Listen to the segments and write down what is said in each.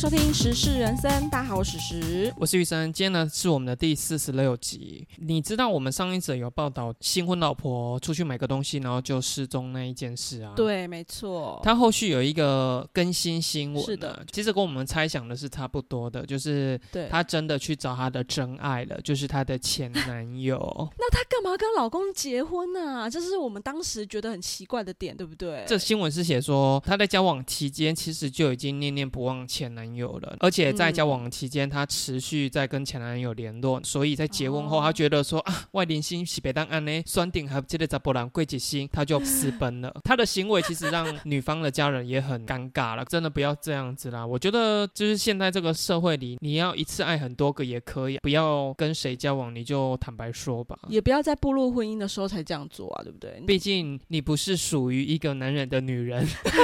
收听时事人生，大家好，我是史实， 我是玉生。今天呢是我们的第46集。你知道我们上一则有报道新婚老婆出去买个东西然后就失踪那一件事啊？ 对，没错。 他后续有一个更新新闻、啊， 是的， 其实跟我们猜想的是差不多的，就是他真的去找他的真爱了，就是他的前男友。 那他干嘛跟老公结婚啊？这是我们当时觉得很奇怪的点，对不对？ 这新闻是写说他在交往期间其实就已经念念不忘前男友了，而且在交往期间他持续在跟前男友联络，所以在结婚后他觉得说啊，外联心是别当案呢，酸顶还这个查甫人过一心，他就私奔了。他的行为其实让女方的家人也很尴尬了，真的不要这样子啦。我觉得就是现在这个社会里，你要一次爱很多个也可以，不要跟谁交往你就坦白说吧， 也不要在步入婚姻的时候才这样做啊，对不对？ 毕竟你不是属于一个男人的女人。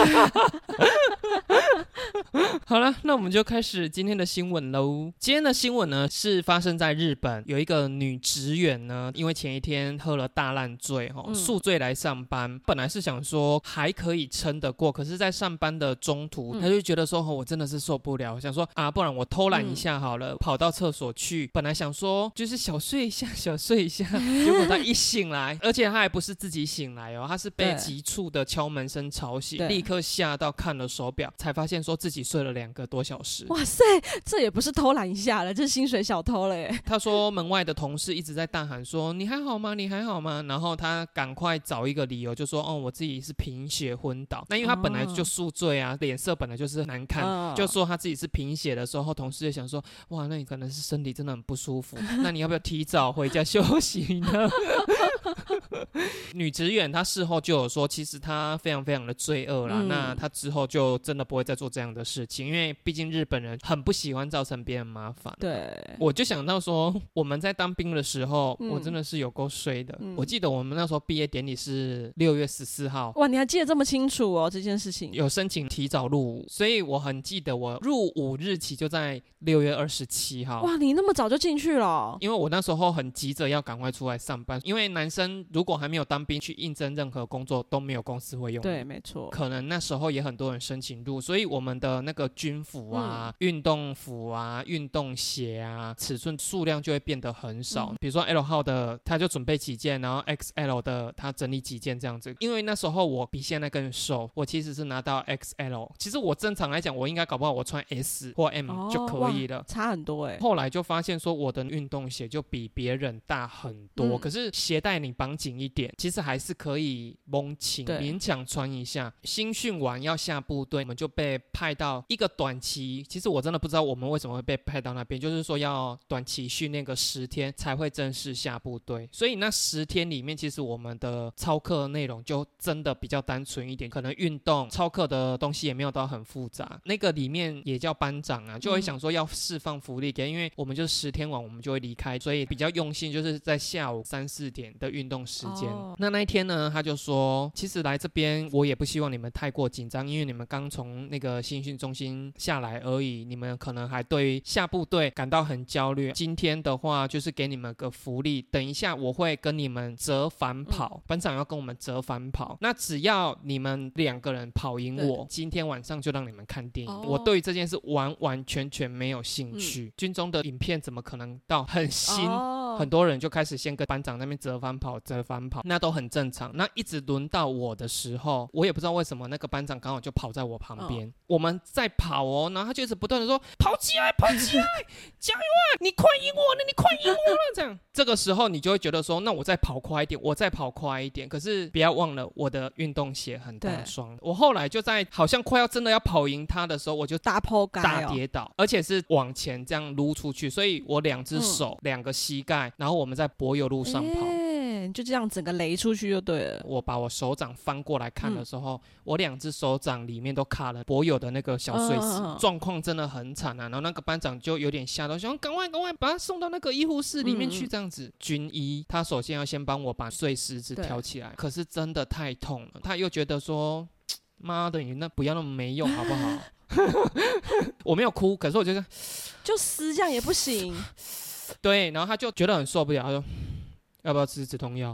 好了，那我们就开始今天的新闻喽。今天的新闻呢是发生在日本，有一个女职员呢，因为前一天喝了大烂醉，宿醉来上班，本来是想说还可以撑得过，可是在上班的中途，她就觉得说我真的是受不了，想说啊，不然我偷懒一下好了，跑到厕所去。本来想说就是小睡一下，小睡一下，结果她一醒来，而且她还不是自己醒来哦，她是被急促的敲门声吵醒，立刻吓到看了手表，才发现说自己睡了2个多小时。 哇塞，这也不是偷懒一下了，这是薪水小偷了耶。 他说门外的同事一直在大喊说你还好吗，你还好吗，然后他赶快找一个理由就说我自己是贫血昏倒。那因为他本来就宿醉啊，脸色本来就是难看，就说他自己是贫血的时候，同事就想说哇，那你可能是身体真的很不舒服，那你要不要提早回家休息呢？女职员她事后就有说其实她非常非常的罪恶啦，那她之后就真的不会再做这样的事情，因为毕竟日本人很不喜欢造成别人麻烦。 对， 我就想到说我们在当兵的时候，我真的是有够衰的。我记得我们那时候毕业典礼是6月14号。 哇，你还记得这么清楚哦，这件事情。 有申请提早入伍，所以我很记得我入伍日期就在6月27号。 哇，你那么早就进去了哦？ 因为我那时候很急着要赶快出来上班，因为男生如果还没有当兵去应征任何工作都没有公司会用。 对，没错。 可能那时候也很多人申请入，所以我们的那个军服啊、运动服啊、运动鞋啊，尺寸数量就会变得很少。比如说 L 号的他就准备几件，然后 XL 的他整理几件这样子。因为那时候我比现在更瘦，我其实是拿到 XL， 其实我正常来讲我应该搞不好我穿 S 或 M 就可以了， 差很多耶。 后来就发现说我的运动鞋就比别人大很多，可是鞋带你绑紧一点其实还是可以蒙紧，勉强穿一下。新训完要下部队，我们就被派到一个短期，其实我真的不知道我们为什么会被派到那边，就是说要短期训练个10天才会正式下部队，所以那10天里面其实我们的操课内容就真的比较单纯一点，可能运动操课的东西也没有到很复杂。那个里面也叫班长啊，就会想说要释放福利给，因为我们就10天完我们就会离开，所以比较用心就是在下午3、4点的运动时间。那一天呢，他就说其实来这边我也不希望你们太过紧张，因为你们刚从那个新训中心下来而已，你们可能还对下部队感到很焦虑。今天的话就是给你们个福利，等一下我会跟你们折返跑，班长要跟我们折返跑，那只要你们2个人跑赢我，今天晚上就让你们看电影。我对于这件事完完全全没有兴趣，军中的影片怎么可能到很新，很多人就开始先跟班长那边折返跑，那都很正常。那一直轮到我的时候，我也不知道为什么那个班长刚好就跑在我旁边，我们在跑哦，然后他就一直不断的说跑起来跑起来加油啊，你快赢我了，你快赢我了，这样这个时候你就会觉得说那我再跑快一点，我再跑快一点，可是不要忘了我的运动鞋很大双。我后来就在好像快要真的要跑赢他的时候，我就大跌倒，而且是往前这样撸出去，所以我2只手、2个膝盖，然后我们在柏油路上跑， 就这样整个雷出去就对了。 我把我手掌翻过来看的时候，我2只手掌里面都卡了柏油的那个小碎石，状况真的很惨啊。然后那个班长就有点吓到，想赶快把他送到那个医护室里面去这样子。军医他首先要先帮我把碎石子挑起来，可是真的太痛了，他又觉得说妈的你那不要那么没用好不好？我没有哭，可是我觉得就撕这样也不行。 对，然后他就觉得很受不了，他说要不要吃止痛药？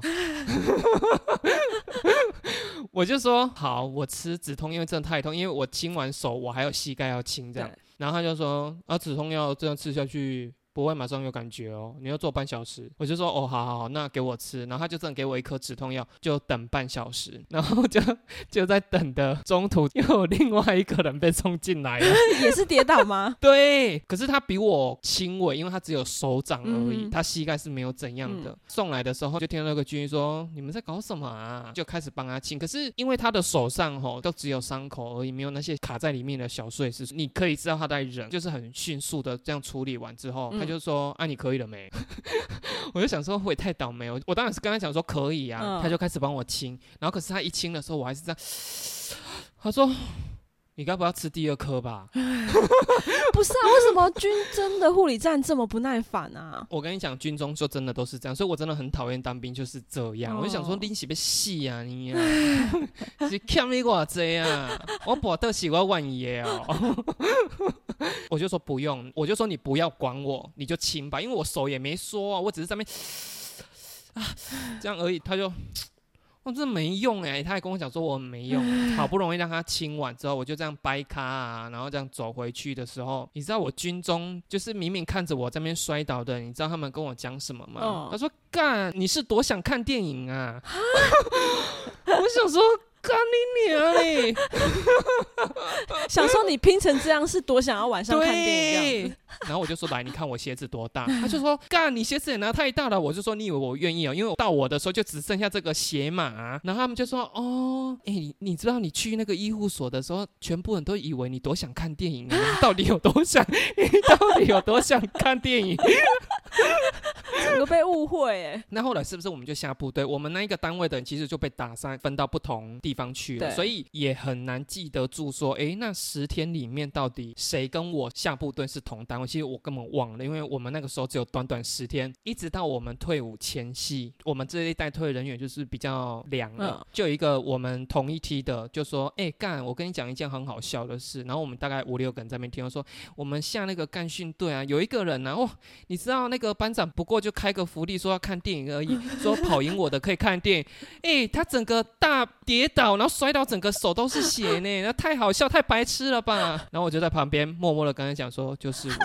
我就说好，我吃止痛药真的太痛，因为我清完手我还有膝盖要清这样。然后他就说止痛药这样吃下去不会马上有感觉哦，你要做半小时。我就说哦，好好好，那给我吃。然后他就真的给我一颗止痛药，就等半小时。然后就在等的中途，又有另外一个人被冲进来了， 也是跌倒吗？ 对，可是他比我轻微，因为他只有手掌而已，他膝盖是没有怎样的。送来的时候就听到那个军医说：“你们在搞什么啊？”就开始帮他清。可是因为他的手上都只有伤口而已，没有那些卡在里面的小碎石，你可以知道他在忍，就是很迅速的这样处理完之后。他就说啊，你可以了没？我就想说我也太倒霉，我当然是跟他讲说可以啊。他就开始帮我清，然后可是他一清的时候我还是这样，他说你该不要吃第二颗吧？ 不是啊，为什么军中的护理站这么不耐烦啊？ 我跟你讲，军中就真的都是这样，所以我真的很讨厌当兵就是这样。我就想说你是要死啊你啊，是欠你多少啊？我跋倒是我愿意的哦。我就说不用，我就说你不要管我，你就亲吧，因为我手也没缩啊，我只是在那边这样而已。他就真的没用他还跟我讲说我没用。好不容易让他亲完之后，我就这样掰咖啊，然后这样走回去的时候，你知道我军中就是明明看着我在那边摔倒的，你知道他们跟我讲什么吗？他说干，你是多想看电影啊？我想说干你娘嘞！ 想说你拼成这样是多想要晚上看电影这样子。 然后我就说来，你看我鞋子多大？他就说干，你鞋子也拿太大了。我就说你以为我愿意因为到我的时候就只剩下这个鞋码然后他们就说哦，你知道你去那个医护所的时候，全部人都以为你多想看电影你到底有多想？你到底有多想看电影？ 整个被误会那后来是不是我们就下部队？我们那一个单位的人其实就被打散，分到不同地方去了，所以也很难记得住说，那10天里面到底谁跟我下部队是同单位？其实我根本忘了，因为我们那个时候只有短短10天，一直到我们退伍前夕，我们这一代退人员就是比较凉了，就有一个我们同一梯的就说，干，我跟你讲一件很好笑的事。然后我们大概5、6个人在那边听，说我们下那个干训队啊，有一个人你知道那个班长不过就开个福利说要看电影而已，说跑赢我的可以看电影。他整个大跌倒，然后摔倒，整个手都是血呢，那太好笑，太白痴了吧？然后我就在旁边默默的跟他讲说，就是我。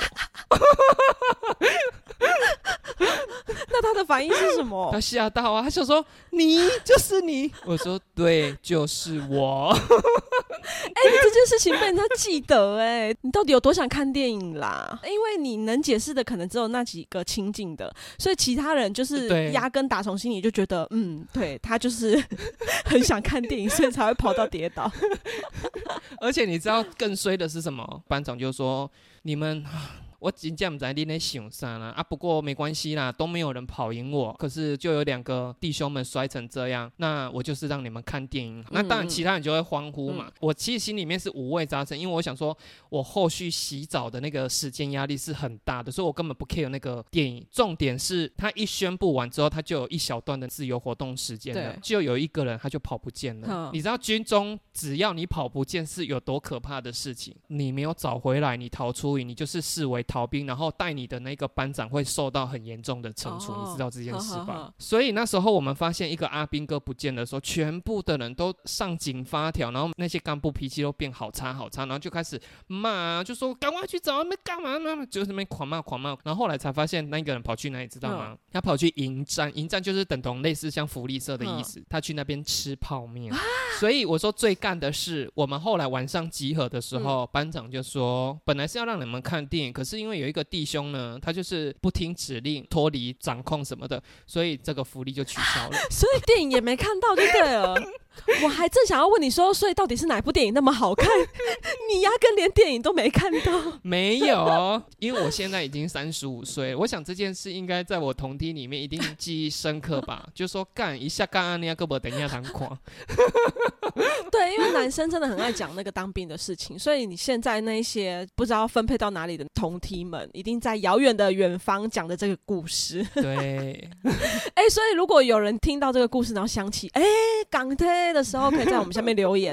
那他的反应是什么？ 他吓到啊，他就说你就是你。我说对，就是我。 你这件事情被人家记得你到底有多想看电影啦？因为你能解释的可能只有那几个亲近的，所以其他人就是压根打从心里就觉得对，他就是很想看电影，所以才会跑到跌倒。 而且你知道更衰的是什么？班长就说你们我真的不知道你在想啥啦不过没关系啦，都没有人跑赢我，可是就有2个弟兄们摔成这样，那我就是让你们看电影那当然其他人就会欢呼嘛我其实心里面是五味杂陈，因为我想说我后续洗澡的那个时间压力是很大的，所以我根本不 care 那个电影。重点是他一宣布完之后，他就有一小段的自由活动时间了，就有一个人他就跑不见了你知道军中只要你跑不见是有多可怕的事情，你没有找回来，你逃出营，你就是视为逃兵，然后带你的那个班长会受到很严重的惩处你知道这件事吧？所以那时候我们发现一个阿兵哥不见的时候，全部的人都上紧发条，然后那些干部脾气都变好差好差，然后就开始骂就说赶快去找他们干嘛呢？就是那边狂骂，然后后来才发现那个人跑去哪里知道吗？他跑去营站就是等同类似像福利社的意思他去那边吃泡面所以我说最干的是我们后来晚上集合的时候班长就说本来是要让你们看电影，可是因为有一个弟兄呢他就是不听指令脱离掌控什么的，所以这个福利就取消了所以电影也没看到就对了我还正想要问你说，所以到底是哪部电影那么好看你压根连电影都没看到没有，因为我现在已经35岁了，我想这件事应该在我同梯里面一定记忆深刻吧就说干一下干啊你要胳膊等一下当狂对，因为男生真的很爱讲那个当兵的事情，所以你现在那些不知道分配到哪里的同梯们一定在遥远的远方讲的这个故事对所以如果有人听到这个故事然后想起港铁的时候，可以在我们下面留言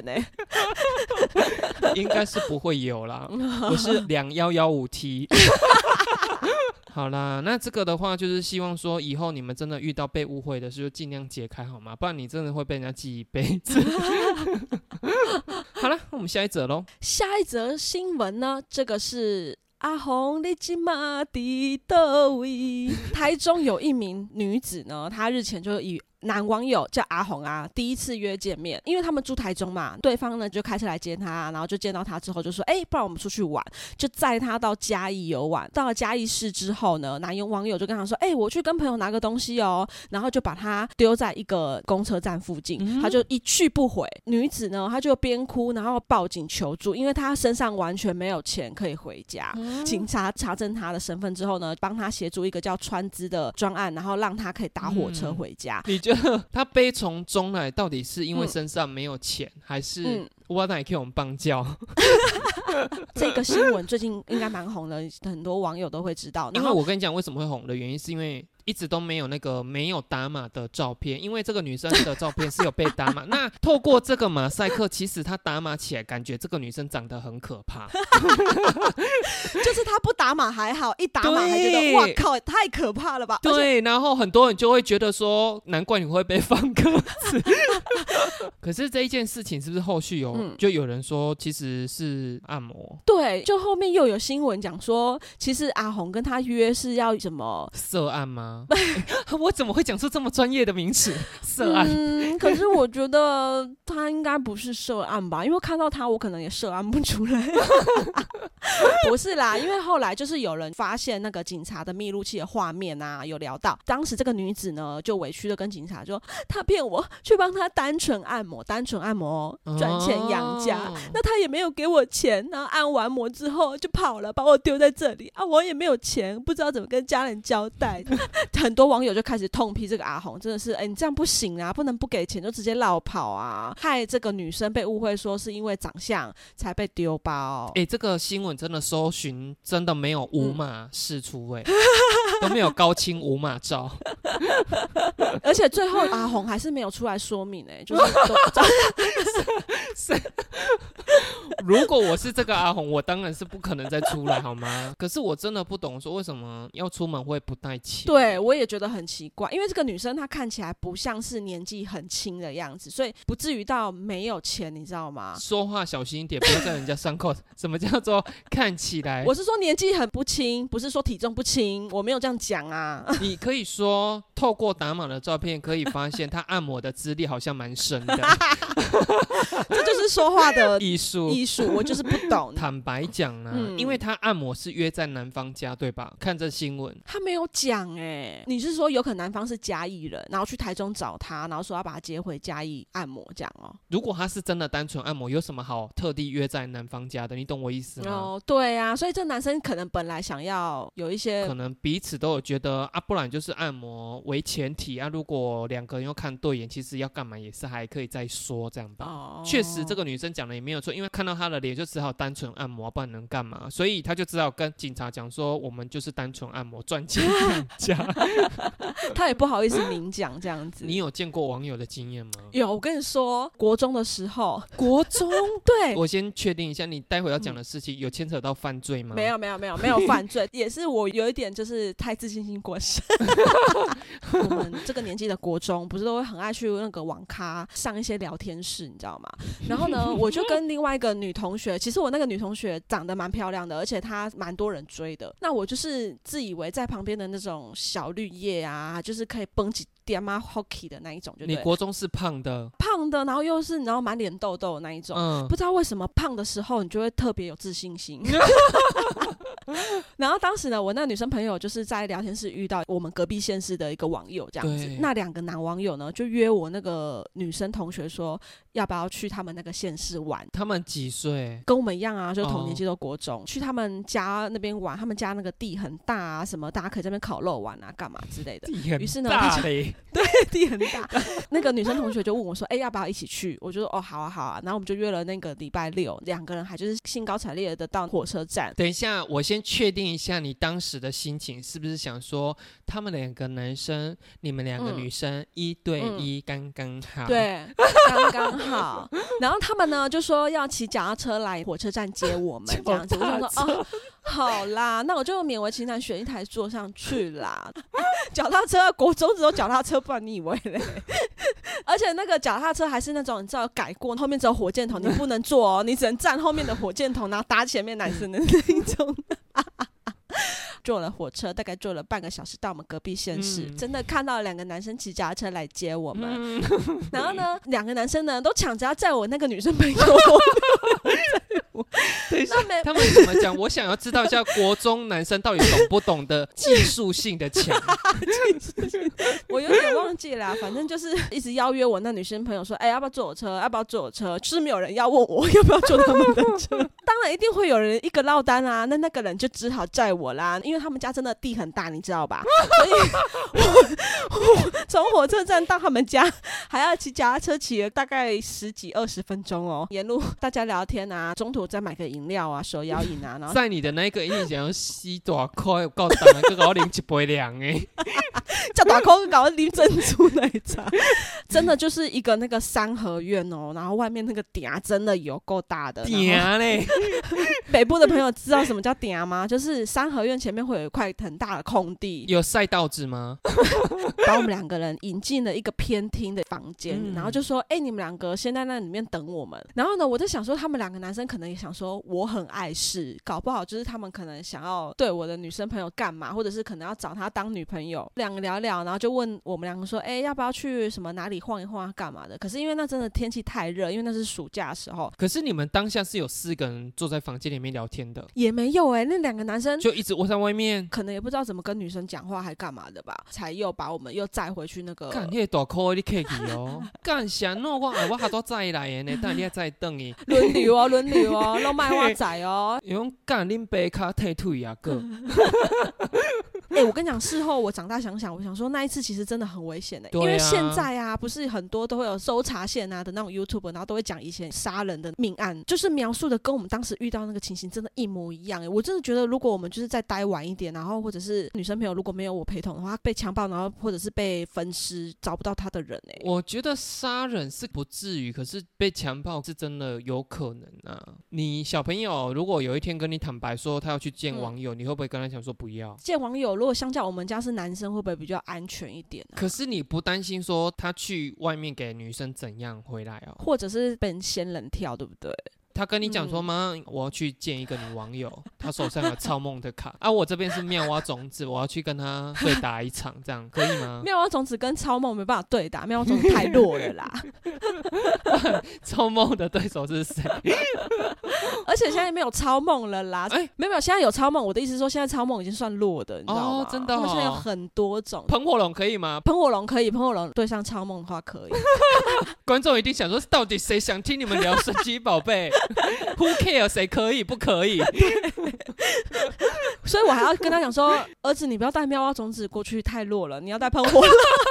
应该是不会有啦我是2115T 好啦，那这个的话就是希望说以后你们真的遇到被误会的事就尽量解开好吗？不然你真的会被人家记一辈子。好了，我们下一则咯。 下一则新闻呢，这个是阿红你今嘛在哪位？台中有一名女子呢，她日前就以男网友叫阿红啊，第一次约见面，因为他们住台中嘛，对方呢就开车来接他，然后就见到他之后就说，不然我们出去玩，就载他到嘉义游玩。到了嘉义市之后呢，男网友就跟他说，我去跟朋友拿个东西哦，然后就把他丢在一个公车站附近，他就一去不回。女子呢，她就边哭然后报警求助，因为她身上完全没有钱可以回家。警察查证他的身份之后呢，帮他协助一个叫川资的专案，然后让他可以搭火车回家。 你觉得他悲从中来到底是因为身上没有钱，还是我哪可以我们帮教？ 这个新闻最近应该蛮红的，很多网友都会知道。 因为我跟你讲为什么会红的原因，是因为一直都没有那个没有打码的照片，因为这个女生的照片是有被打码。那透过这个马赛克，其实她打码起来，感觉这个女生长得很可怕。 就是她不打码还好，一打码还觉得哇靠，太可怕了吧？ 对，然后很多人就会觉得说，难怪你会被放鸽子。可是这一件事情是不是后续就有人说其实是按摩？ 对，就后面又有新闻讲说，其实阿红跟他约是要什么涉案吗？我怎么会讲出这么专业的名词？涉案？ 可是我觉得他应该不是涉案吧，因为看到他我可能也涉案不出来。不是啦，因为后来就是有人发现那个警察的密录器的画面啊，有聊到当时这个女子呢就委屈的跟警察说，他骗我去帮他单纯按摩赚钱养家，那他也没有给我钱，然后按完摩之后就跑了，把我丢在这里啊，我也没有钱，不知道怎么跟家人交代。很多网友就开始痛批这个阿红，真的是你这样不行啊，不能不给钱就直接落跑啊，害这个女生被误会说是因为长相才被丢包。 这个新闻真的搜寻真的没有无码释出都没有高清无码照。 而且最后阿红还是没有出来说明就是如果我是这个阿红，我当然是不可能再出来好吗？可是我真的不懂说为什么要出门会不带钱。 对，我也觉得很奇怪，因为这个女生她看起来不像是年纪很轻的样子，所以不至于到没有钱，你知道吗？ 说话小心一点，不要在人家伤口。什么叫做看起来？ 我是说年纪很不轻，不是说体重不轻，我没有这样讲啊。 你可以说透过打码的照片可以发现他按摩的资历好像蛮深的。 这就是说话的艺术， 我就是不懂。 坦白讲呢，因为他按摩是约在男方家，对吧？看这新闻， 他没有讲你是说有可能男方是嘉义人，然后去台中找他，然后说要把他接回嘉义按摩这样如果他是真的单纯按摩，有什么好特地约在男方家的？你懂我意思吗？ 对啊，所以这男生可能本来想要有一些， 可能彼此都有觉得不然就是按摩为前提如果两个人又看对眼，其实要干嘛也是还可以再说这样吧。确实这个女生讲的也没有错，因为看到他的脸就只好单纯按摩，不然能干嘛？所以他就只好跟警察讲说，我们就是单纯按摩赚钱养家。 他也不好意思明讲这样子。 你有见过网友的经验吗？ 有，我跟你说，国中的时候。国中？对。 我先确定一下，你待会要讲的事情有牵扯到犯罪吗？ 没有犯罪，也是我有一点就是太自信心过剩。我们这个年纪的国中不是都会很爱去那个网咖上一些聊天室，你知道吗？然后呢，我就跟另外一个女同学，其实我那个女同学长得蛮漂亮的，而且她蛮多人追的。那我就是自以为在旁边的那种小绿叶啊，就是可以蹦几点嘛 hockey 的那一种，就对。 你国中是胖的， 然后又是然后满脸痘痘的那一种，不知道为什么胖的时候你就会特别有自信心。然后当时呢，我那个女生朋友就是在聊天室遇到我们隔壁县市的一个网友这样子，那两个男网友呢就约我那个女生同学说要不要去他们那个县市玩。 他们几岁？ 跟我们一样啊，就同年纪都国中，去他们家那边玩，他们家那个地很大啊，什么大家可以在那边烤肉玩啊干嘛之类的。 地很大， 于是呢对，地很大。那个女生同学就问我说要不要一起去，我就说好啊，然后我们就约了那个礼拜六，两个人还就是兴高采烈的到火车站。 等一下，我先确定一下你当时的心情，是不是想说他们两个男生，你们两个女生1对1刚刚好？ 对，刚刚好。然后他们呢就说要骑脚踏车来火车站接我们这样子。我想说好啦，那我就勉为其难选一台坐上去啦。脚踏车国中只有脚踏车，不然你以为嘞？而且那个脚踏车还是那种你知道改过，后面只有火箭筒，你不能坐哦，你只能站后面的火箭筒，然后打前面男生的那一种。坐了火车，大概坐了半个小时到我们隔壁县市，真的看到2个男生骑脚踏车来接我们，然后呢，2个男生呢都抢着要载我那个女生朋友。 等一下，他们怎么讲？我想要知道一下国中男生到底懂不懂得技术性的抢。 我有点忘记了，反正就是一直邀约我那女生朋友说，要不要坐我车？要不要坐我车？就是没有人要问我要不要坐他们的车。当然一定会有人一个落单啊，那个人就只好载我啦，因为他们家真的地很大，你知道吧？所以我从火车站到他们家还要骑脚踏车骑了大概10几20分钟哦，沿路大家聊天啊，中途再买个饮料啊，手摇饮啊，然后在你的那个印象洗大块有够重，还给我啉一杯凉的。 叫大口搞我啉珍珠奶茶，真的就是一个那个三合院哦，然后外面那个顶真的有够大的。 顶嘞， 北部的朋友知道什么叫顶吗？就是三合院前面会有一块很大的空地。 有赛道子吗？ 把我们2个人引进了一个偏厅的房间，然后就说：“你们2个先在那里面等我们。”然后呢，我在想说，他们2个男生可能也想说我很碍事，搞不好就是他们可能想要对我的女生朋友干嘛，或者是可能要找她当女朋友。2个聊聊，然后就问我们2个说：“要不要去什么哪里晃一晃干嘛的？”可是因为那真的天气太热，因为那是暑假的时候。 可是你们当下是有4个人坐在房间里面聊天的？ 也没有那2个男生就一直窝在外面， 可能也不知道怎么跟女生讲话还干嘛的吧，才又把我们又载回去那个。 干，那个大块的 cake 哦，干啥弄我还多载来的呢，但你还再等伊轮流哦，都卖我载哦。 用干恁爸卡退腿啊哥。 我跟你讲，事后我长大想想，我想说那一次其实真的很危险因为现在啊，不是很多都会有搜查线啊的那种 YouTube， 然后都会讲以前杀人的命案，就是描述的跟我们当时遇到那个情形真的一模一样我真的觉得，如果我们就是再待晚一点，然后或者是女生朋友如果没有我陪同的话，被强暴，然后或者是被分尸，找不到他的人我觉得杀人是不至于，可是被强暴是真的有可能啊。你小朋友如果有一天跟你坦白说他要去见网友，你会不会跟他讲说不要？ 见网友如果相较我们家是男生，会不会比较安全一点可是你不担心说他去外面给女生怎样回来或者是被人仙人跳，对不对？ 他跟你讲说妈，我要去见一个女网友，他手上有超梦的卡啊，我这边是妙蛙种子，我要去跟他对打一场，这样可以吗？ 妙蛙种子跟超梦没办法对打，妙蛙种子太弱了啦。 超梦的对手是谁？ 而且现在没有超梦了啦。没有，现在有超梦。我的意思是说，现在超梦已经算弱的，你知道吗？ 真的现在有很多种。 喷火龙可以吗？ 喷火龙可以，喷火龙对上超梦的话可以。 观众一定想说，到底谁想听你们聊神奇宝贝？Who care 谁可以不可以？ 所以我还要跟他讲说，儿子，你不要带妙蛙种子过去，太弱了，你要带喷火龙。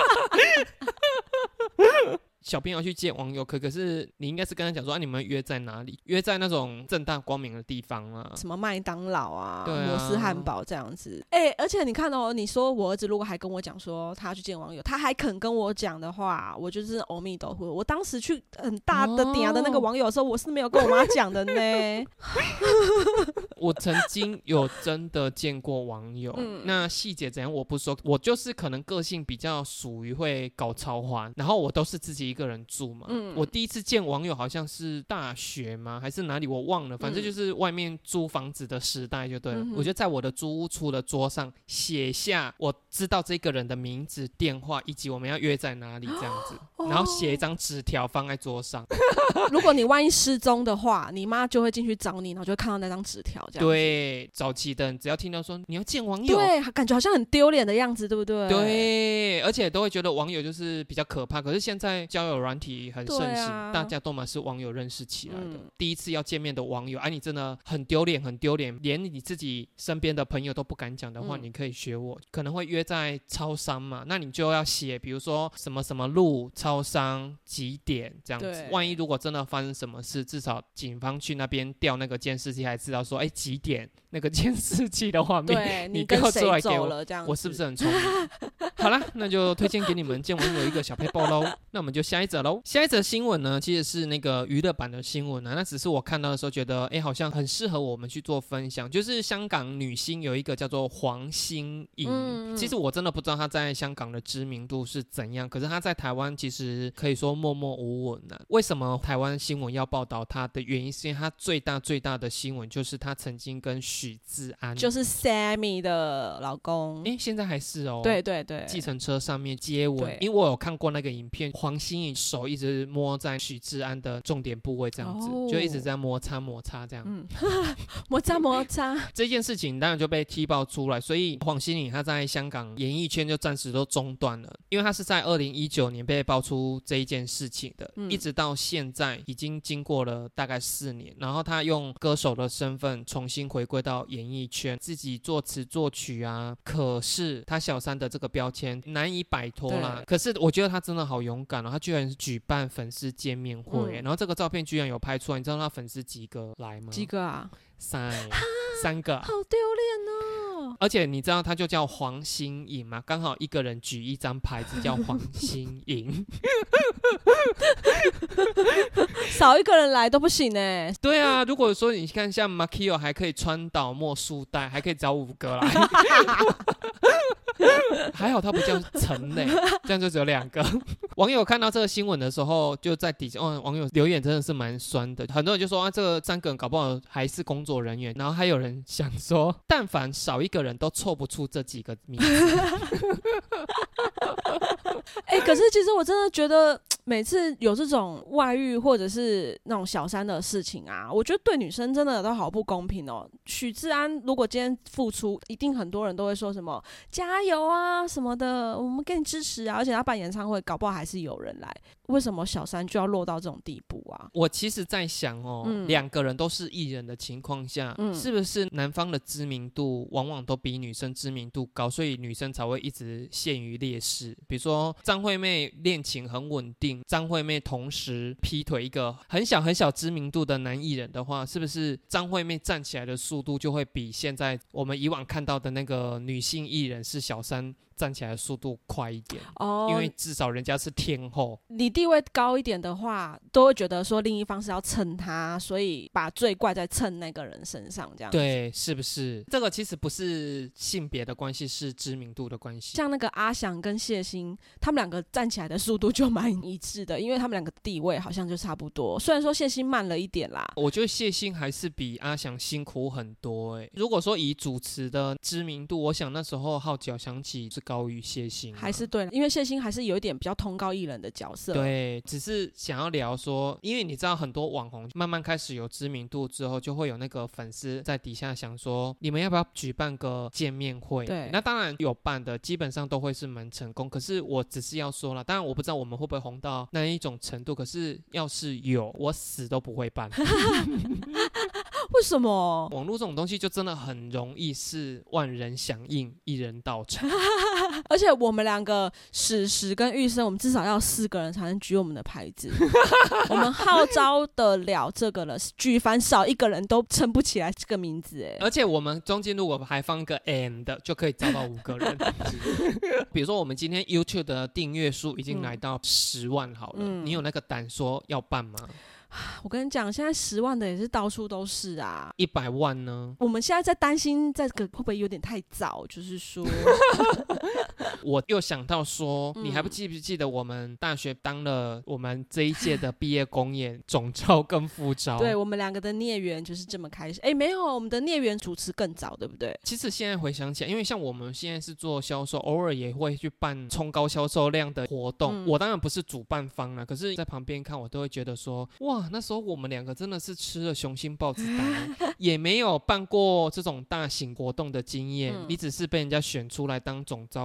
小朋友去见网友，可是你应该是跟他讲说你们约在哪里？约在那种正大光明的地方啊， 什么麦当劳啊、摩斯汉堡这样子。而且你看你说我儿子如果还跟我讲说他要去见网友，他还肯跟我讲的话，我就是阿弥陀佛。我当时去很大的顶的那个网友的时候，我是没有跟我妈讲的呢。 我曾经有真的见过网友，那细节怎样我不说，我就是可能个性比较属于会搞超欢，然后我都是自己一个人住嘛。我第一次见网友好像是大学吗还是哪里我忘了，反正就是外面租房子的时代就对了。我就在我的租屋处的桌上写下我知道这个人的名字、电话以及我们要约在哪里这样子，然后写一张纸条放在桌上。 如果你万一失踪的话，你妈就会进去找你，然后就会看到那张纸条这样子。 对，早期的人只要听到说你要见网友， 对，感觉好像很丢脸的样子，对不对？ 对，而且都会觉得网友就是比较可怕。可是现在交友软体很盛行，大家都嘛是网友认识起来的。第一次要见面的网友，你真的很丢脸，很丢脸，连你自己身边的朋友都不敢讲的话，你可以学我，可能会约在超商嘛，那你就要写，比如说什么什么路、超商几点这样子。万一如果真的发生什么事，至少警方去那边调那个监视器，还知道说，几点那个监视器的画面， 对， 你跟谁走了这样子， 我是不是很聪明？好啦，那就推荐给你们见网友一个小配报咯。那我们就下一则咯。下一则新闻呢，其实是那个娱乐版的新闻啊，那只是我看到的时候觉得好像很适合我们去做分享，就是香港女星有一个叫做黄心颖，其实我真的不知道她在香港的知名度是怎样，可是她在台湾其实可以说默默无闻啊。为什么台湾新闻要报道她的原因，是因为她最大的新闻就是她曾经跟许志安， 就是 Sammy 的老公， 现在还是哦， 对对对， 计程车上面接吻，因为我有看过那个影片，黄心颖手一直摸在许志安的重点部位，这样子，就一直在摩擦这样， 摩擦这件事情当然就被踢爆出来，所以黄心颖她在香港演艺圈就暂时都中断了，因为她是在2019年被爆出这一件事情的，一直到现在已经经过了大概4年，然后她用歌手的身份重新回归到演艺圈，自己作词作曲啊，可是她小三的这个标签难以摆脱啦。可是我觉得她真的好勇敢哦，她居然举办粉丝见面会，然后这个照片居然有拍出来，你知道她粉丝几个来吗？ 几个啊 ？3个， 好丢脸哦！ 而且你知道他就叫黄心颖吗？刚好一个人举一张牌子叫黄心颖， 少一个人来都不行哎。 对啊，如果说你看像 Makio 还可以川岛茉树代，还可以找5个来。还好他不叫陈磊，这样就只有2个。网友看到这个新闻的时候，就在底下，网友留言真的是蛮酸的，很多人就说这个3个人搞不好还是工作人员，然后还有人想说，但凡少一个人都凑不出这几个名字。 可是其实我真的觉得每次有这种外遇或者是那种小三的事情啊，我觉得对女生真的都好不公平哦。许志安如果今天复出，一定很多人都会说什么加油啊什么的，我们给你支持啊，而且他办演唱会搞不好还是有人来，为什么小三就要落到这种地步啊？ 我其实在想2个人都是艺人的情况下，是不是男方的知名度往往都比女生知名度高，所以女生才会一直陷于劣势。比如说张惠妹恋情很稳定，张惠妹同时劈腿一个很小知名度的男艺人的话，是不是张惠妹站起来的速度就会比现在我们以往看到的那个女性艺人是小三站起来的速度快一点？因为至少人家是天后， 你地位高一点的话，都会觉得说另一方是要蹭他，所以把罪怪在蹭那个人身上，这样子。 对，是不是？这个其实不是性别的关系，是知名度的关系。 像那个阿翔跟谢欣，他们2个站起来的速度就蛮一致的，因为他们2个地位好像就差不多，虽然说谢欣慢了一点啦。 我觉得谢欣还是比阿翔辛苦很多如果说以主持的知名度，我想那时候号角响起是高于谢欣， 还是对，因为谢欣还是有一点比较通告艺人的角色。 对，只是想要聊说，因为你知道很多网红慢慢开始有知名度之后，就会有那个粉丝在底下想说，你们要不要举办个见面会？ 对， 那当然有办的，基本上都会是蛮成功。可是我只是要说了，当然我不知道我们会不会红到那一种程度，可是要是有，我死都不会办。 为什么？ 网络这种东西就真的很容易是万人响应，一人到场。 而且我们2个史实跟玉生，我们至少要4个人才能举我们的牌子。我们号召得了这个了，举凡少1个人都撑不起来这个名字而且我们中间如果还放个 and， 就可以招到5个人。比如说我们今天 YouTube 的订阅数已经来到10万好了，你有那个胆说要办吗？ 我跟你讲，现在10万的也是到处都是啊。 100万呢？ 我们现在在担心这个会不会有点太早，就是说我又想到说，你还不记不记得我们大学当了我们这一届的毕业公演总召跟副召？ 对，我们2个的孽缘就是这么开始。没有，我们的孽缘主持更早，对不对？ 其实现在回想起来，因为像我们现在是做销售，偶尔也会去办冲高销售量的活动。我当然不是主办方啦，可是在旁边看我都会觉得说，哇，那时候我们2个真的是吃了雄心豹子胆也没有办过这种大型活动的经验，你只是被人家选出来当总召副召，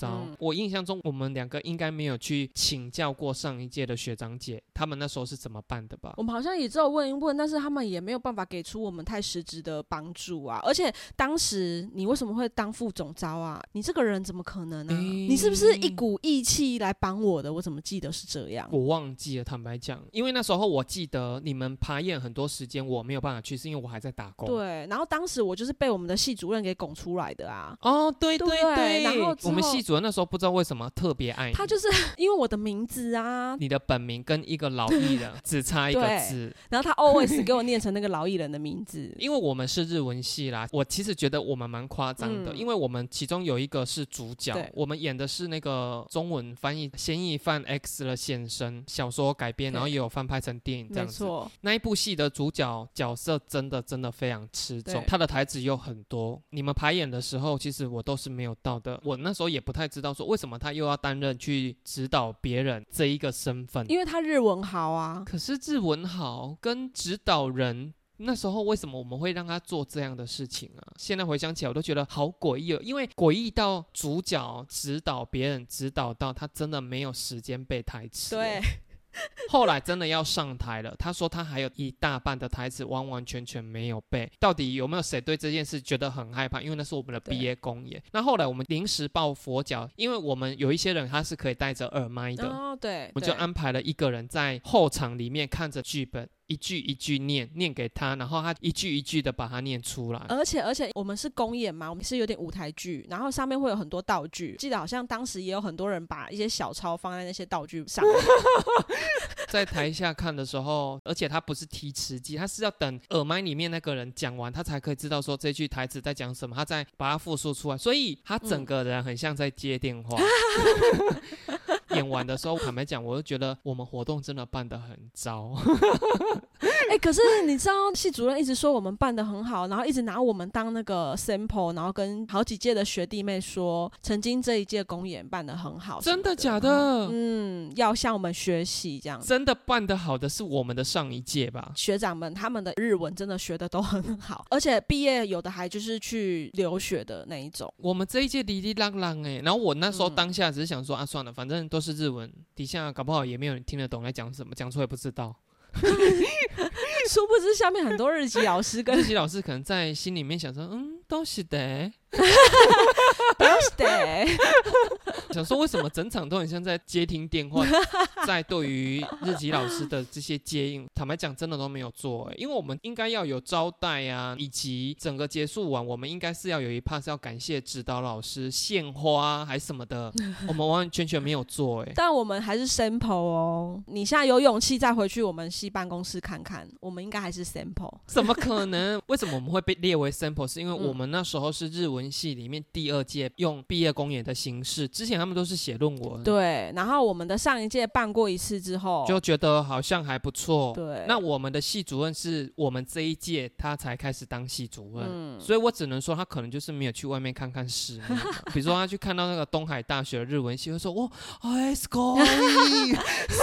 糟。我印象中我们2个应该没有去请教过上一届的学长姐他们那时候是怎么办的吧。 我们好像也只有问一问，但是他们也没有办法给出我们太实质的帮助啊。而且当时你为什么会当副总召啊？你这个人怎么可能啊？你是不是一股义气来帮我的？我怎么记得是这样？ 我忘记了，坦白讲，因为那时候我记得你们排演很多时间我没有办法去，是因为我还在打工。 对，然后当时我就是被我们的系主任给拱出来的啊。 哦，对对 对， 然后我们系主任那时候不知道为什么特别爱你， 他就是因为我的名字啊， 你的本名跟一个老艺人只差一个字， 然后他 always 给我念成那个老艺人的名字。 因为我们是日文系啦，我其实觉得我们蛮夸张的，因为我们其中有一个是主角，我们演的是那个中文翻译嫌疑犯 X 的现身，小说改编，然后也有翻拍成电影这样子。那一部戏的主角角色真的非常吃重，他的台词又很多。你们排演的时候其实我都是没有到的，我那时候也不太知道说为什么他又要担任去指导别人这一个身份， 因为他日文好啊。 可是日文好跟指导人那时候为什么我们会让他做这样的事情啊？现在回想起来我都觉得好诡异哦，因为诡异到主角指导别人指导到他真的没有时间背台词。 对， 后来真的要上台了，他说他还有一大半的台词完完全全没有背。到底有没有谁对这件事觉得很害怕？因为那是我们的毕业公演。那后来我们临时抱佛脚，因为我们有一些人他是可以戴着耳麦的， 对， 我们就安排了一个人在后场里面看着剧本一句一句念给他，然后他一句一句的把它念出来。 而且我们是公演嘛，我们是有点舞台剧，然后上面会有很多道具，记得好像当时也有很多人把一些小抄放在那些道具上在台下看的时候，而且他不是提词机，他是要等耳麦里面那个人讲完他才可以知道说这句台词在讲什么，他再把它复述出来，所以他整个人很像在接电话演完的时候坦白讲我就觉得我们活动真的办得很糟可是你知道系主任一直说我们办得很好，然后一直拿我们当那个 sample， 然后跟好几届的学弟妹说曾经这一届公演办得很好。 真的假的？ 要向我们学习这样。 真的办得好的是我们的上一届吧， 学长们他们的日文真的学得都很好，而且毕业有的还就是去留学的那一种。 我们这一届哩哩啷啷然后我那时候当下只是想说算了，反正都是日文，底下搞不好也没有人听得懂在讲什么，讲出来不知道殊不知下面很多日籍老师跟日籍老师可能在心里面想说都是的都是的想说为什么整场都很像在接听电话在对于日籍老师的这些接应坦白讲真的都没有做因为我们应该要有招待啊，以及整个结束完我们应该是要有一 part 是要感谢指导老师献花还是什么的我们完完全全没有做但我们还是 sample 哦，你现在有勇气再回去我们系办公室看看，我们应该还是 sample。 怎么可能为什么我们会被列为 sample 是因为我们那时候是日文系里面第2届用毕业公演的形式，之前他们都是写论文。 对，然后我们的上一届办过一次之后就觉得好像还不错。 对， 那我们的系主任是我们这一届他才开始当系主任所以我只能说他可能就是没有去外面看看世面比如说他去看到那个东海大学的日文系会说哇すごい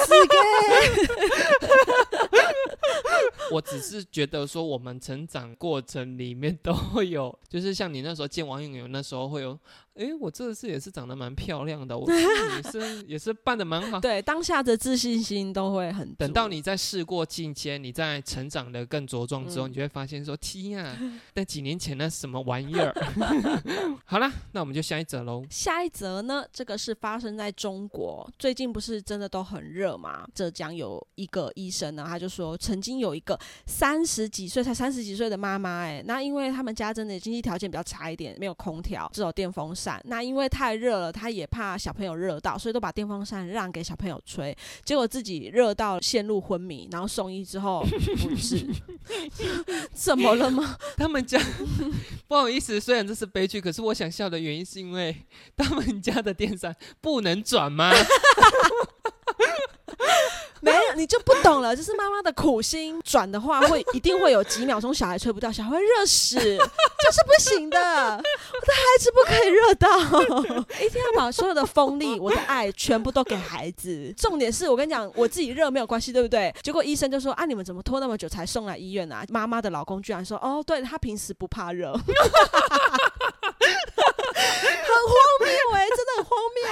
我只是觉得说我们成长过程里面都会有，就是像你那时候见网友那时候会有我这次也是长得蛮漂亮的，我也是扮得蛮好对，当下的自信心都会很足。 等到你在事过境迁，你在成长的更茁壮之后你就会发现说天啊那几年前那什么玩意儿好啦，那我们就下一则咯。 下一则呢，这个是发生在中国，最近不是真的都很热嘛，浙江有一个医生呢，他就说曾经有一个30几岁才30几岁的妈妈那因为他们家真的经济条件比较差一点，没有空调只有电风扇，那因为太热了他也怕小朋友热到，所以都把电风扇让给小朋友吹，结果自己热到陷入昏迷，然后送医之后不治怎么了吗？ 他们家不好意思，虽然这是悲剧，可是我想笑的原因是因为他们家的电扇不能转吗没有，你就不懂了，这是妈妈的苦心。转的话一定会有几秒钟小孩吹不到，小孩会热死，这是不行的。我的孩子不可以热到，一定要把所有的风力、我的爱全部都给孩子。重点是我跟你讲，我自己热没有关系，对不对？结果医生就说你们怎么拖那么久才送来医院啊？妈妈的老公居然说对，他平时不怕热。很荒谬真的很荒谬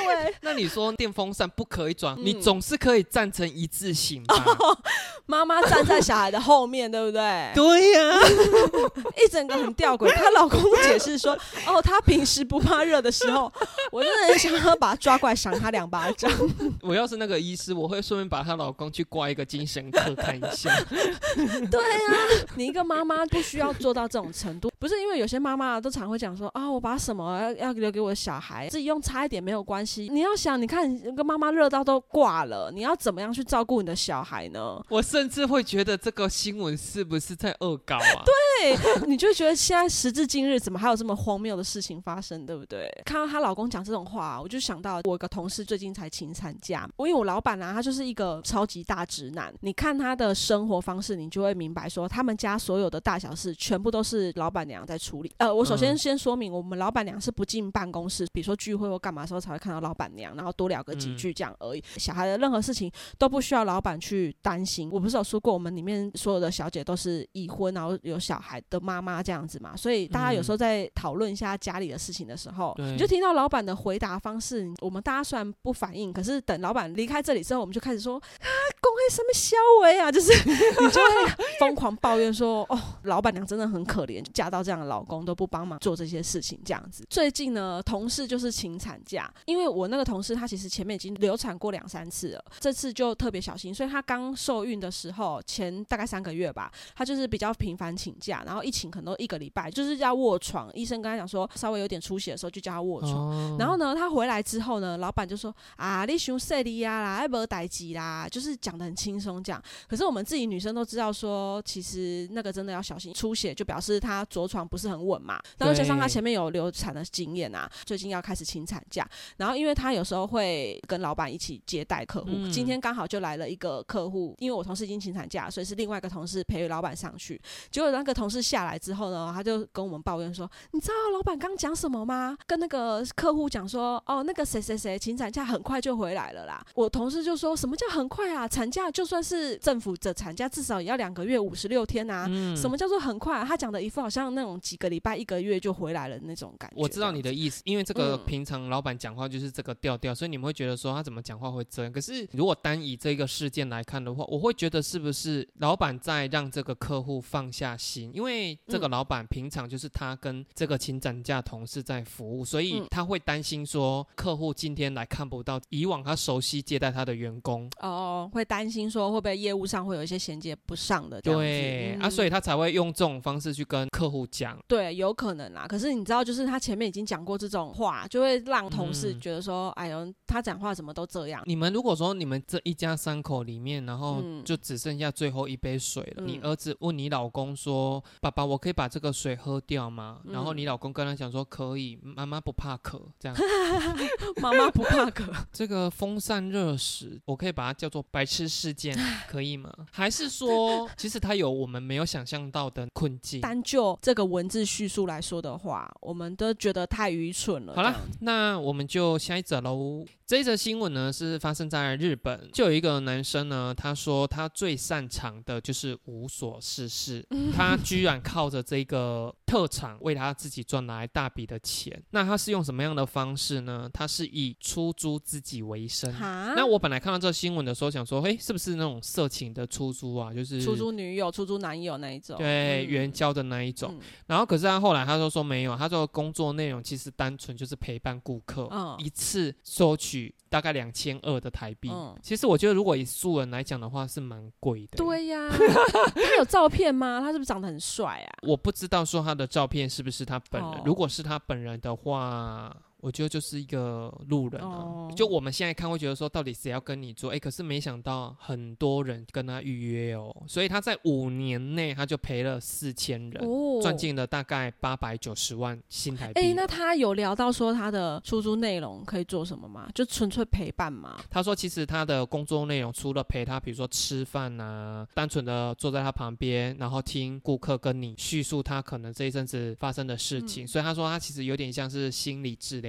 刚你说电风扇不可以转，你总是可以站成一字形吧？ 妈妈站在小孩的后面，对不对？ 对呀、 一整个很吊诡。她老公解释说，哦，她平时不怕热的时候，我真的很想要把她抓过来赏她2巴掌。 我要是那个医师，我会顺便把她老公去挂一个精神科看一下。 对啊，你一个妈妈不需要做到这种程度，不是因为有些妈妈都常会讲说啊，我把什么要留给我的小孩，自己用差一点没有关系。你要想，你看一个妈妈热到都挂了，你要怎么样去照顾你的小孩呢？ 我甚至会觉得这个新闻是不是在恶搞啊？ 对，你就会觉得现在时至今日，怎么还有这么荒谬的事情发生，对不对？看到她老公讲这种话，我就想到我有个同事最近才请产假，因为我老板啊，他就是一个超级大直男，你看他的生活方式，你就会明白说，他们家所有的大小事全部都是老板娘在处理。我首先先说明，我们老板娘是不进办公室，比如说聚会或干嘛的时候才会看到老板娘，然后多聊个几句这样而已。小孩的任何事情都不需要老板去担心。我不是有说过，我们里面所有的小姐都是已婚，然后有小孩的妈妈这样子嘛，所以大家有时候在讨论一下家里的事情的时候，你就听到老板的回答方式，我们大家虽然不反应，可是等老板离开这里之后，我们就开始说啊，公黑什么消维啊，就是你就会疯狂抱怨说，哦，老板娘真的很可怜，嫁到这样的老公都不帮忙做这些事情这样子。最近呢，同事就是请产假，因为我那个同事她其实前面已经流产过2-3次了，这次就特别小心，所以她刚受孕的时候前大概3个月吧，她就是比较频繁请假，然后一请可能都1个礼拜，就是要卧床，医生跟她讲说稍微有点出血的时候就叫她卧床，然后呢她回来之后呢，老板就说啊，你伤细哩啊啦，没代志啦，就是讲得很轻松这样。可是我们自己女生都知道说，其实那个真的要小心，出血就表示她着床不是很稳嘛，然后加上她前面有流产的经验啊，最近要开始请产假，然后因为她有时候会跟老板一起接待客户，今天刚好就来了一个客户，因为我同事已经请产假，所以是另外一个同事陪老板上去，结果那个同事下来之后呢，他就跟我们抱怨说，你知道老板刚讲什么吗？跟那个客户讲说，哦，那个谁谁谁请产假很快就回来了啦。我同事就说，什么叫很快啊？产假就算是政府的产假至少也要2个月56天啊，什么叫做很快啊？他讲的一副好像那种几个礼拜1个月就回来了那种感觉。 我知道你的意思，因为这个平常老板讲话就是这个调调，所以你们会觉得说他怎么讲话会这样。可是如果单以这个事件来看的话，我会觉得是不是老板在让这个客户放下心，因为这个老板平常就是他跟这个请产假同事在服务，所以他会担心说客户今天来看不到以往他熟悉接待他的员工， 会担心说会不会业务上会有一些衔接不上的这样子。 对所以他才会用这种方式去跟客户讲。 对，有可能啦。可是你知道，就是他前面已经讲过这种话，就会让同事觉得说，哎呦，他讲话怎么都这样。 你们如果说你们这一家3口里面，然后就只剩下最后1杯水了，你儿子问你老公说，爸爸我可以把这个水喝掉吗？然后你老公跟他讲说可以，妈妈不怕渴，这样妈妈不怕渴。 这个风扇热时我可以把它叫做白痴事件，可以吗？还是说其实它有我们没有想象到的困境？ 单就这个文字叙述来说的话，我们都觉得太愚蠢了。 好了，那我们就下一则喽。这一则新闻呢是发生在日本，就有一个男生呢，他说他最擅长的就是无所事事，他居然靠着这个特长为他自己赚来大笔的钱。那他是用什么样的方式呢？他是以出租自己为生。那我本来看到这个新闻的时候想说，是不是那种色情的出租啊，就是出租女友出租男友那一种， 对，援交的那一种。然后可是他后来他说没有，他说工作内容其实单纯就是陪伴顾客，一次收取大概2200的台币。其实我觉得如果以素人来讲的话是蛮贵的。 对呀他有照片吗？他是不是长得很帅啊？ 我不知道说他的照片是不是他本人，如果是他本人的话，我觉得就是一个路人啊。就我们现在看会觉得说到底谁要跟你做，可是没想到很多人跟他预约哦，所以他在5年内他就赔了4000人，赚进了大概890万新台币。 那他有聊到说他的出租内容可以做什么吗？就纯粹陪伴吗？ 他说其实他的工作内容除了陪他比如说吃饭啊，单纯的坐在他旁边然后听顾客跟你叙述他可能这一阵子发生的事情，所以他说他其实有点像是心理治疗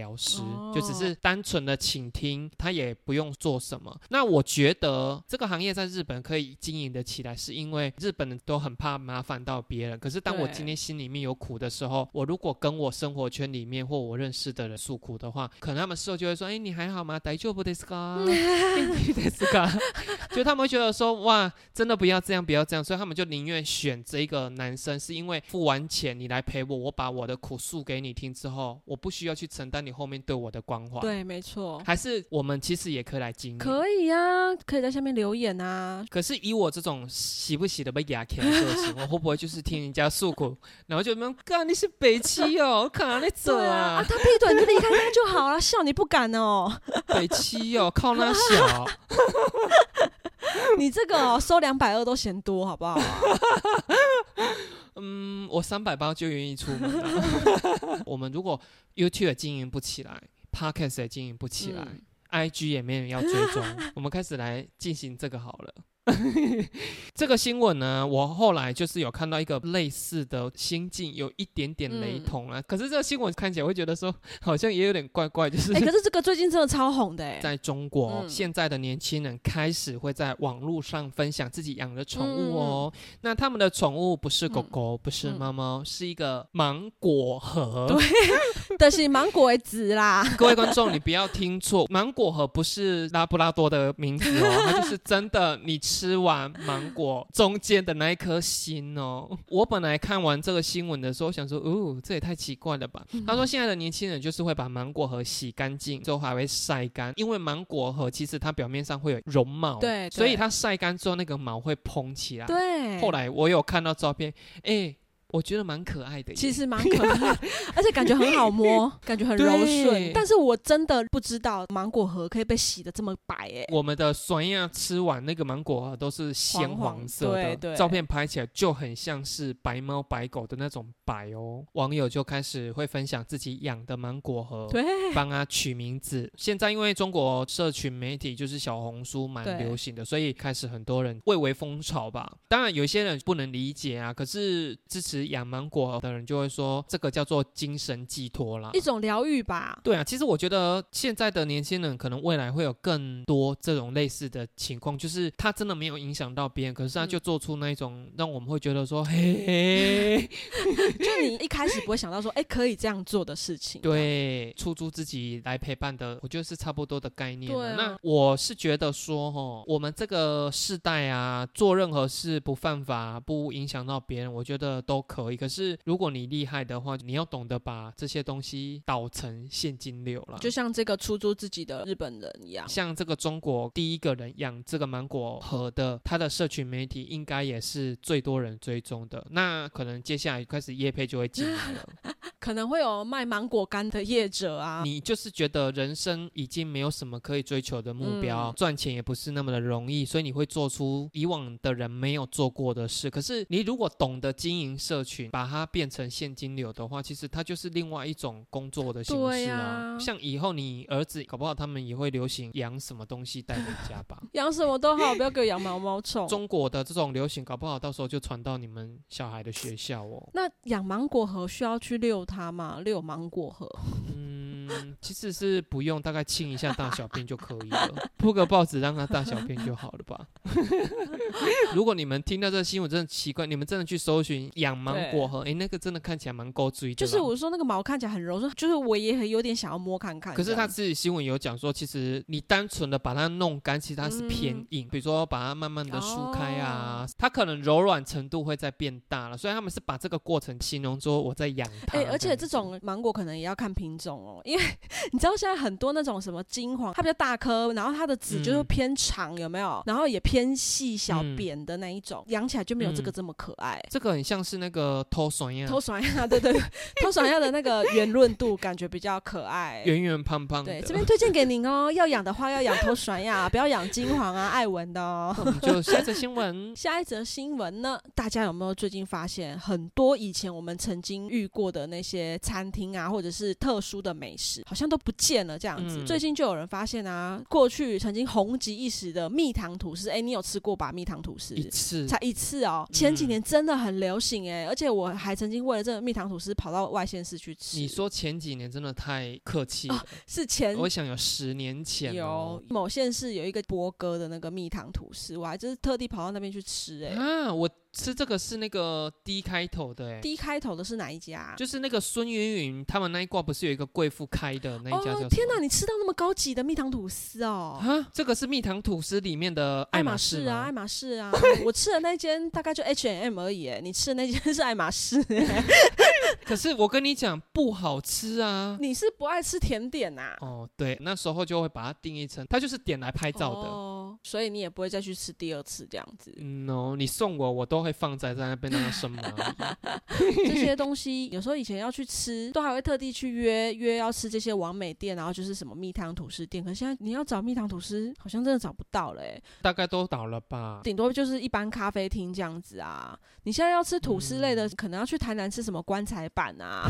疗师，就只是单纯的倾听，他也不用做什么。那我觉得这个行业在日本可以经营得起来，是因为日本人都很怕麻烦到别人，可是当我今天心里面有苦的时候，我如果跟我生活圈里面或我认识的人诉苦的话，可能他们事后就会说，你还好吗？大丈夫ですか？ですか？就他们会觉得说，哇，真的不要这样，不要这样，所以他们就宁愿选这个男生，是因为付完钱你来陪我，我把我的苦诉给你听之后，我不需要去承担你后面对我的关怀。 对，没错。 还是我们其实也可以来经营。 可以啊，可以在下面留言啊。 可是以我这种洗不洗的被压起来的个性，我会不会就是听人家诉苦，然后就干你是北七哦，我看你走啊， 他劈腿你就离开他就好了，笑你不敢哦。 北七哦，靠那小。 你这个收220都嫌多，好不好？ 我380就愿意出门了。我们如果 YouTube 经营不起来， Podcast 也经营不起来，IG 也没人要追踪，我们开始来进行这个好了。这个新闻呢，我后来就是有看到一个类似的心境，有一点点雷同啊。可是这个新闻看起来会觉得说，好像也有点怪怪，就是可是这个最近真的超红的在中国，现在的年轻人开始会在网络上分享自己养的宠物哦。那他们的宠物不是狗狗，不是猫猫，是一个芒果盒。 对，就是芒果的籽啦。 各位观众，你不要听错，芒果盒不是拉布拉多的名字哦，它就是真的你吃完芒果中间的那一颗心哦。我本来看完这个新闻的时候想说，这也太奇怪了吧。他说现在的年轻人就是会把芒果核洗干净之后还会晒干，因为芒果核其实它表面上会有绒毛，对，所以它晒干之后那个毛会蓬起来。对，后来我有看到照片，我觉得蛮可爱的耶， 其实蛮可爱而且感觉很好摸，感觉很柔顺。但是我真的不知道芒果核可以被洗得这么白耶。 我们的酸亚吃完那个芒果核都是鲜黄色的，对，照片拍起来就很像是白猫白狗的那种白哦。网友就开始会分享自己养的芒果核，对，帮它取名字。现在因为中国社群媒体就是小红书蛮流行的，所以开始很多人蔚为风潮吧。当然有一些人不能理解啊，可是支持养芒果的人就会说这个叫做精神寄托啦， 一种疗愈吧。 对啊，其实我觉得现在的年轻人可能未来会有更多这种类似的情况，就是他真的没有影响到别人，可是他就做出那种让我们会觉得说嘿就你一开始不会想到说可以这样做的事情。 对，出租自己来陪伴的，我觉得是差不多的概念。对啊，那我是觉得说我们这个世代啊，做任何事不犯法不影响到别人，我觉得都可以。可是如果你厉害的话，你要懂得把这些东西导成现金流了， 就像这个出租自己的日本人一样。 像这个中国第一个人养这个芒果核的，他的社群媒体应该也是最多人追踪的。那可能接下来开始业配就会进来了可能会有卖芒果干的业者啊。 你就是觉得人生已经没有什么可以追求的目标，赚钱也不是那么的容易，所以你会做出以往的人没有做过的事。可是你如果懂得经营社群，把它变成现金流的话，其实它就是另外一种工作的形式啊。像以后你儿子搞不好他们也会流行养什么东西带回家吧养什么都好，不要给我养毛毛虫。 中国的这种流行搞不好到时候就传到你们小孩的学校哦。 那养芒果核需要去遛它吗？遛芒果核其实是不用，大概清一下大小便就可以了铺个报纸让它大小便就好了吧如果你们听到这个新闻真的奇怪，你们真的去搜寻养芒果核，那个真的看起来蛮勾追的， 就是我说那个毛看起来很柔顺，就是我也有点想要摸看看。 可是他自己新闻有讲说，其实你单纯的把它弄干，其实它是偏硬，比如说把它慢慢的梳开啊，它可能柔软程度会再变大了，所以他们是把这个过程形容说我在养它。 而且这种芒果可能也要看品种哦，因为你知道现在很多那种什么金黄，它比较大颗，然后它的籽就是偏长，有没有？然后也偏细小扁的那一种，养起来就没有这个这么可爱。 这个很像是那个偷爽呀， 对对对，偷爽呀的那个圆润度感觉比较可爱， 圆圆胖胖的。 对，这边推荐给您哦，要养的话要养偷爽呀，不要养金黄啊、艾文的哦。 我们就下一则新闻。 下一则新闻呢，大家有没有最近发现很多以前我们曾经遇过的那些餐厅啊，或者是特殊的美食？ 史好像都不见了这样子。最近就有人发现啊，过去曾经红极一时的蜜糖吐司，你有吃过吧？蜜糖吐司才一次哦，前几年真的很流行而且我还曾经为了这个蜜糖吐司跑到外县市去吃。 你说前几年真的太客气了， 是前我想有10年前有某县市有一个波哥的那个蜜糖吐司，我还就是特地跑到那边去吃我吃这个是那个 D 开头的 D 开头的是哪一家？ 就是那个孙云云他们那一挂不是有一个贵妇开的那一家叫什么？ 天哪，你吃到那么高级的蜜糖吐司哦！ 这个是蜜糖吐司里面的爱马仕吗？ 爱马仕啊，我吃的那间大概就 H&M 而已你吃的那间是爱马仕可是我跟你讲不好吃啊！ 你是不爱吃甜点啊？ 对，那时候就会把它定义成它就是点来拍照的所以你也不会再去吃第二次这样子。 你送我都会放在那边当个生麻这些东西有时候以前要去吃都还会特地去约要吃这些网美店，然后就是什么蜜糖吐司店，可是现在你要找蜜糖吐司好像真的找不到了大概都倒了吧， 顶多就是一般咖啡厅这样子啊。你现在要吃吐司类的可能要去台南吃什么棺材板啊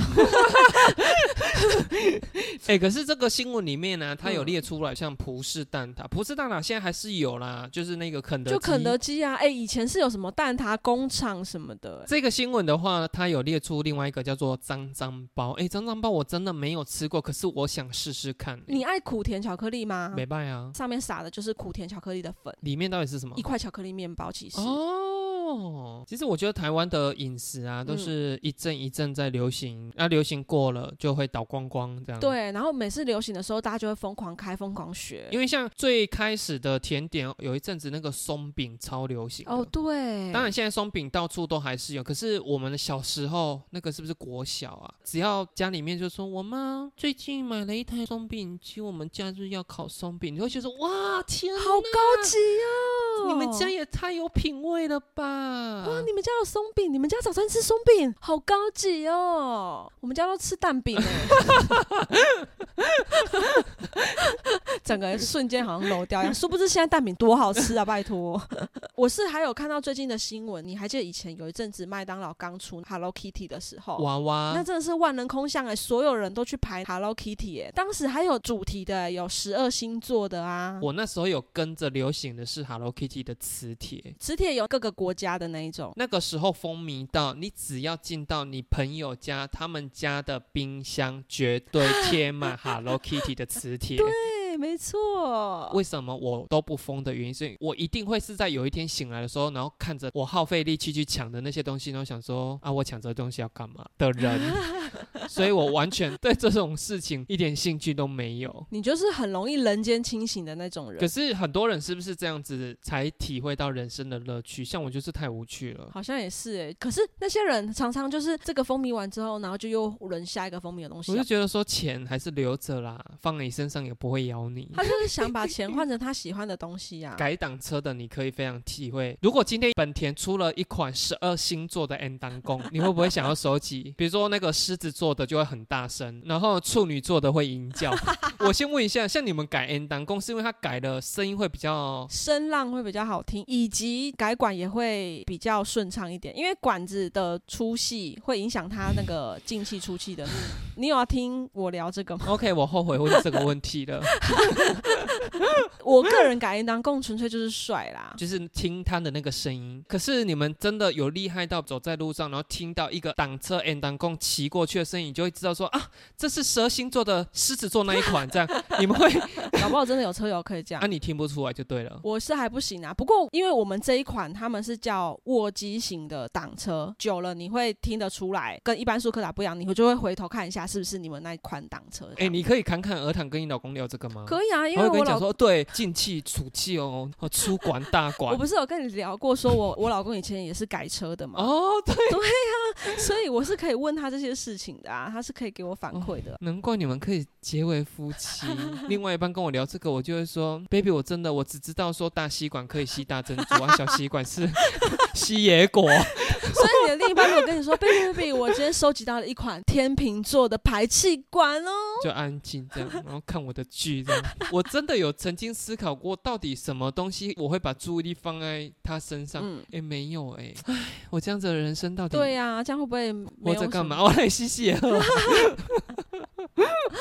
可是这个新闻里面呢它有列出来像葡式蛋挞现在还是有啦，就是那个肯德基啊以前是有什么蛋挞工厂什么的这个新闻的话它有列出另外一个叫做脏脏包脏脏包我真的没有吃过，可是我想试试看你爱苦甜巧克力吗？ 没办啊， 上面撒的就是苦甜巧克力的粉， 里面到底是什么？ 一块巧克力面包。 其实我觉得台湾的饮食啊都是一阵一阵在流行，流行过了就会倒光光这样。 对，然后每次流行的时候大家就会疯狂开疯狂学， 因为像最开始的甜点有一阵子那个松饼超流行对， 当然现在松饼到处都还是有，可是我们的小时候那个是不是国小啊，只要家里面就说我妈最近买了一台松饼机，我们假日要烤松饼，你会觉得哇天哪， 好高级你们家也太有品味了吧！ 哇，你们家有松饼，你们家早餐吃松饼，好高级哦！我们家都吃蛋饼整个瞬间好像漏掉一样，殊不知现在蛋饼多好吃啊！拜托，我是还有看到最近的新闻，你还记得以前有一阵子麦当劳刚出 Hello Kitty 的时候， 娃娃那真的是万人空巷所有人都去排 Hello Kitty 当时还有主题的，有12星座的啊。 我那时候有跟着流行的是 Hello Kitty 的磁铁有各个国家的那一种， 那个时候风靡到你只要进到你朋友家，他们家的冰箱绝对贴满 Hello Kitty 的磁铁对，没错。 为什么我都不疯的原因是我一定会是在有一天醒来的时候，然后看着我耗费力气去抢的那些东西，然后想说我抢这东西要干嘛的人所以我完全对这种事情一点兴趣都没有。 你就是很容易人间清醒的那种人。 可是很多人是不是这样子才体会到人生的乐趣？像我就是太无趣了。 好像也是可是那些人常常就是这个风靡完之后，然后就又轮下一个风靡的东西。 我就觉得说钱还是留着啦，放在你身上也不会咬你。 他就是想把钱换成他喜欢的东西啊。 改挡车的你可以非常体会，如果今天本田出了一款12星座的 N 档弓，你会不会想要收集？比如说那个狮子座的就会很大声，然后处女座的会吟叫我先问一下，像你们改 N 档弓是因为它改了声音会比较声浪会比较好听，以及改管也会比较顺畅一点，因为管子的粗细会影响它那个进气出气的你有要听我聊这个吗？ OK， 我后悔问这个问题了我个人改 N 档弓纯粹就是帅啦， 就是听他的那个声音。可是你们真的有厉害到走在路上然后听到一个挡车 N 档弓骑过去的声音，你就会知道说这是12星座的狮子座那一款这样你们会搞不好真的有车友可以这样你听不出来就对了。 我是还不行啊，不过因为我们这一款他们是叫卧机型的挡车，久了你会听得出来跟一般速克达不一样，你就会回头看一下是不是你们那一款挡车。 你可以侃侃而谈跟你老公聊这个吗？ 可以啊，因为我会跟你讲说对进气储气粗管大管我不是有跟你聊过说我老公以前也是改车的嘛对啊，所以我是可以问他这些事情的啊，他是可以给我反馈的难怪你们可以结为夫妻另外一半跟我聊这个我就会说 baby 我只知道说大吸管可以吸大珍珠小吸管是吸野果所以你的另一半如果跟你说 baby 我今天收集到了一款天秤座的排气管就安静这样然后看我的剧这样我真的有曾经思考过到底什么东西我会把注意力放在他身上没有我这样子的人生到底对啊，这样会不会没有我在干嘛？我来吸血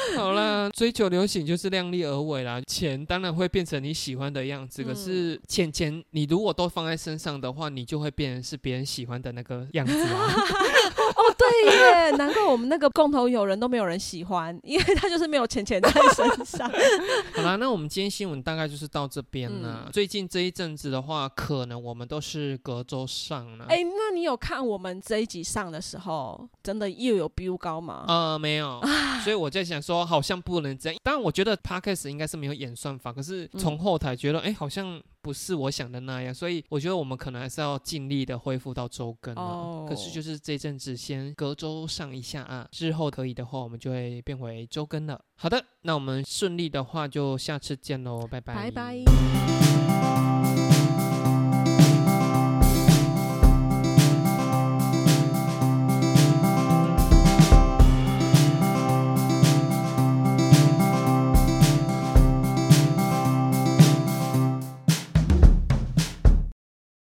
好啦，追求流行就是量力而为啦，钱当然会变成你喜欢的样子，可是钱你如果都放在身上的话，你就会变成是别人喜欢的那个样子啊。 哦，对耶，难怪我们那个共同友人都没有人喜欢，因为他就是没有钱在身上。 好啦，那我们今天新闻大概就是到这边啦。最近这一阵子的话，可能我们都是隔周上啦。 那你有看我们这一集上的时候，真的又有 view 高吗？ 没有，所以我在想说，好像不能这样。当然，我觉得 Podcast 应该是没有演算法，可是从后台觉得，好像不是我想的那样，所以我觉得我们可能还是要尽力的恢复到周更了。可是就是这阵子先隔周上一下啊，之后可以的话，我们就会变回周更了。好的，那我们顺利的话就下次见喽，拜拜。 拜拜。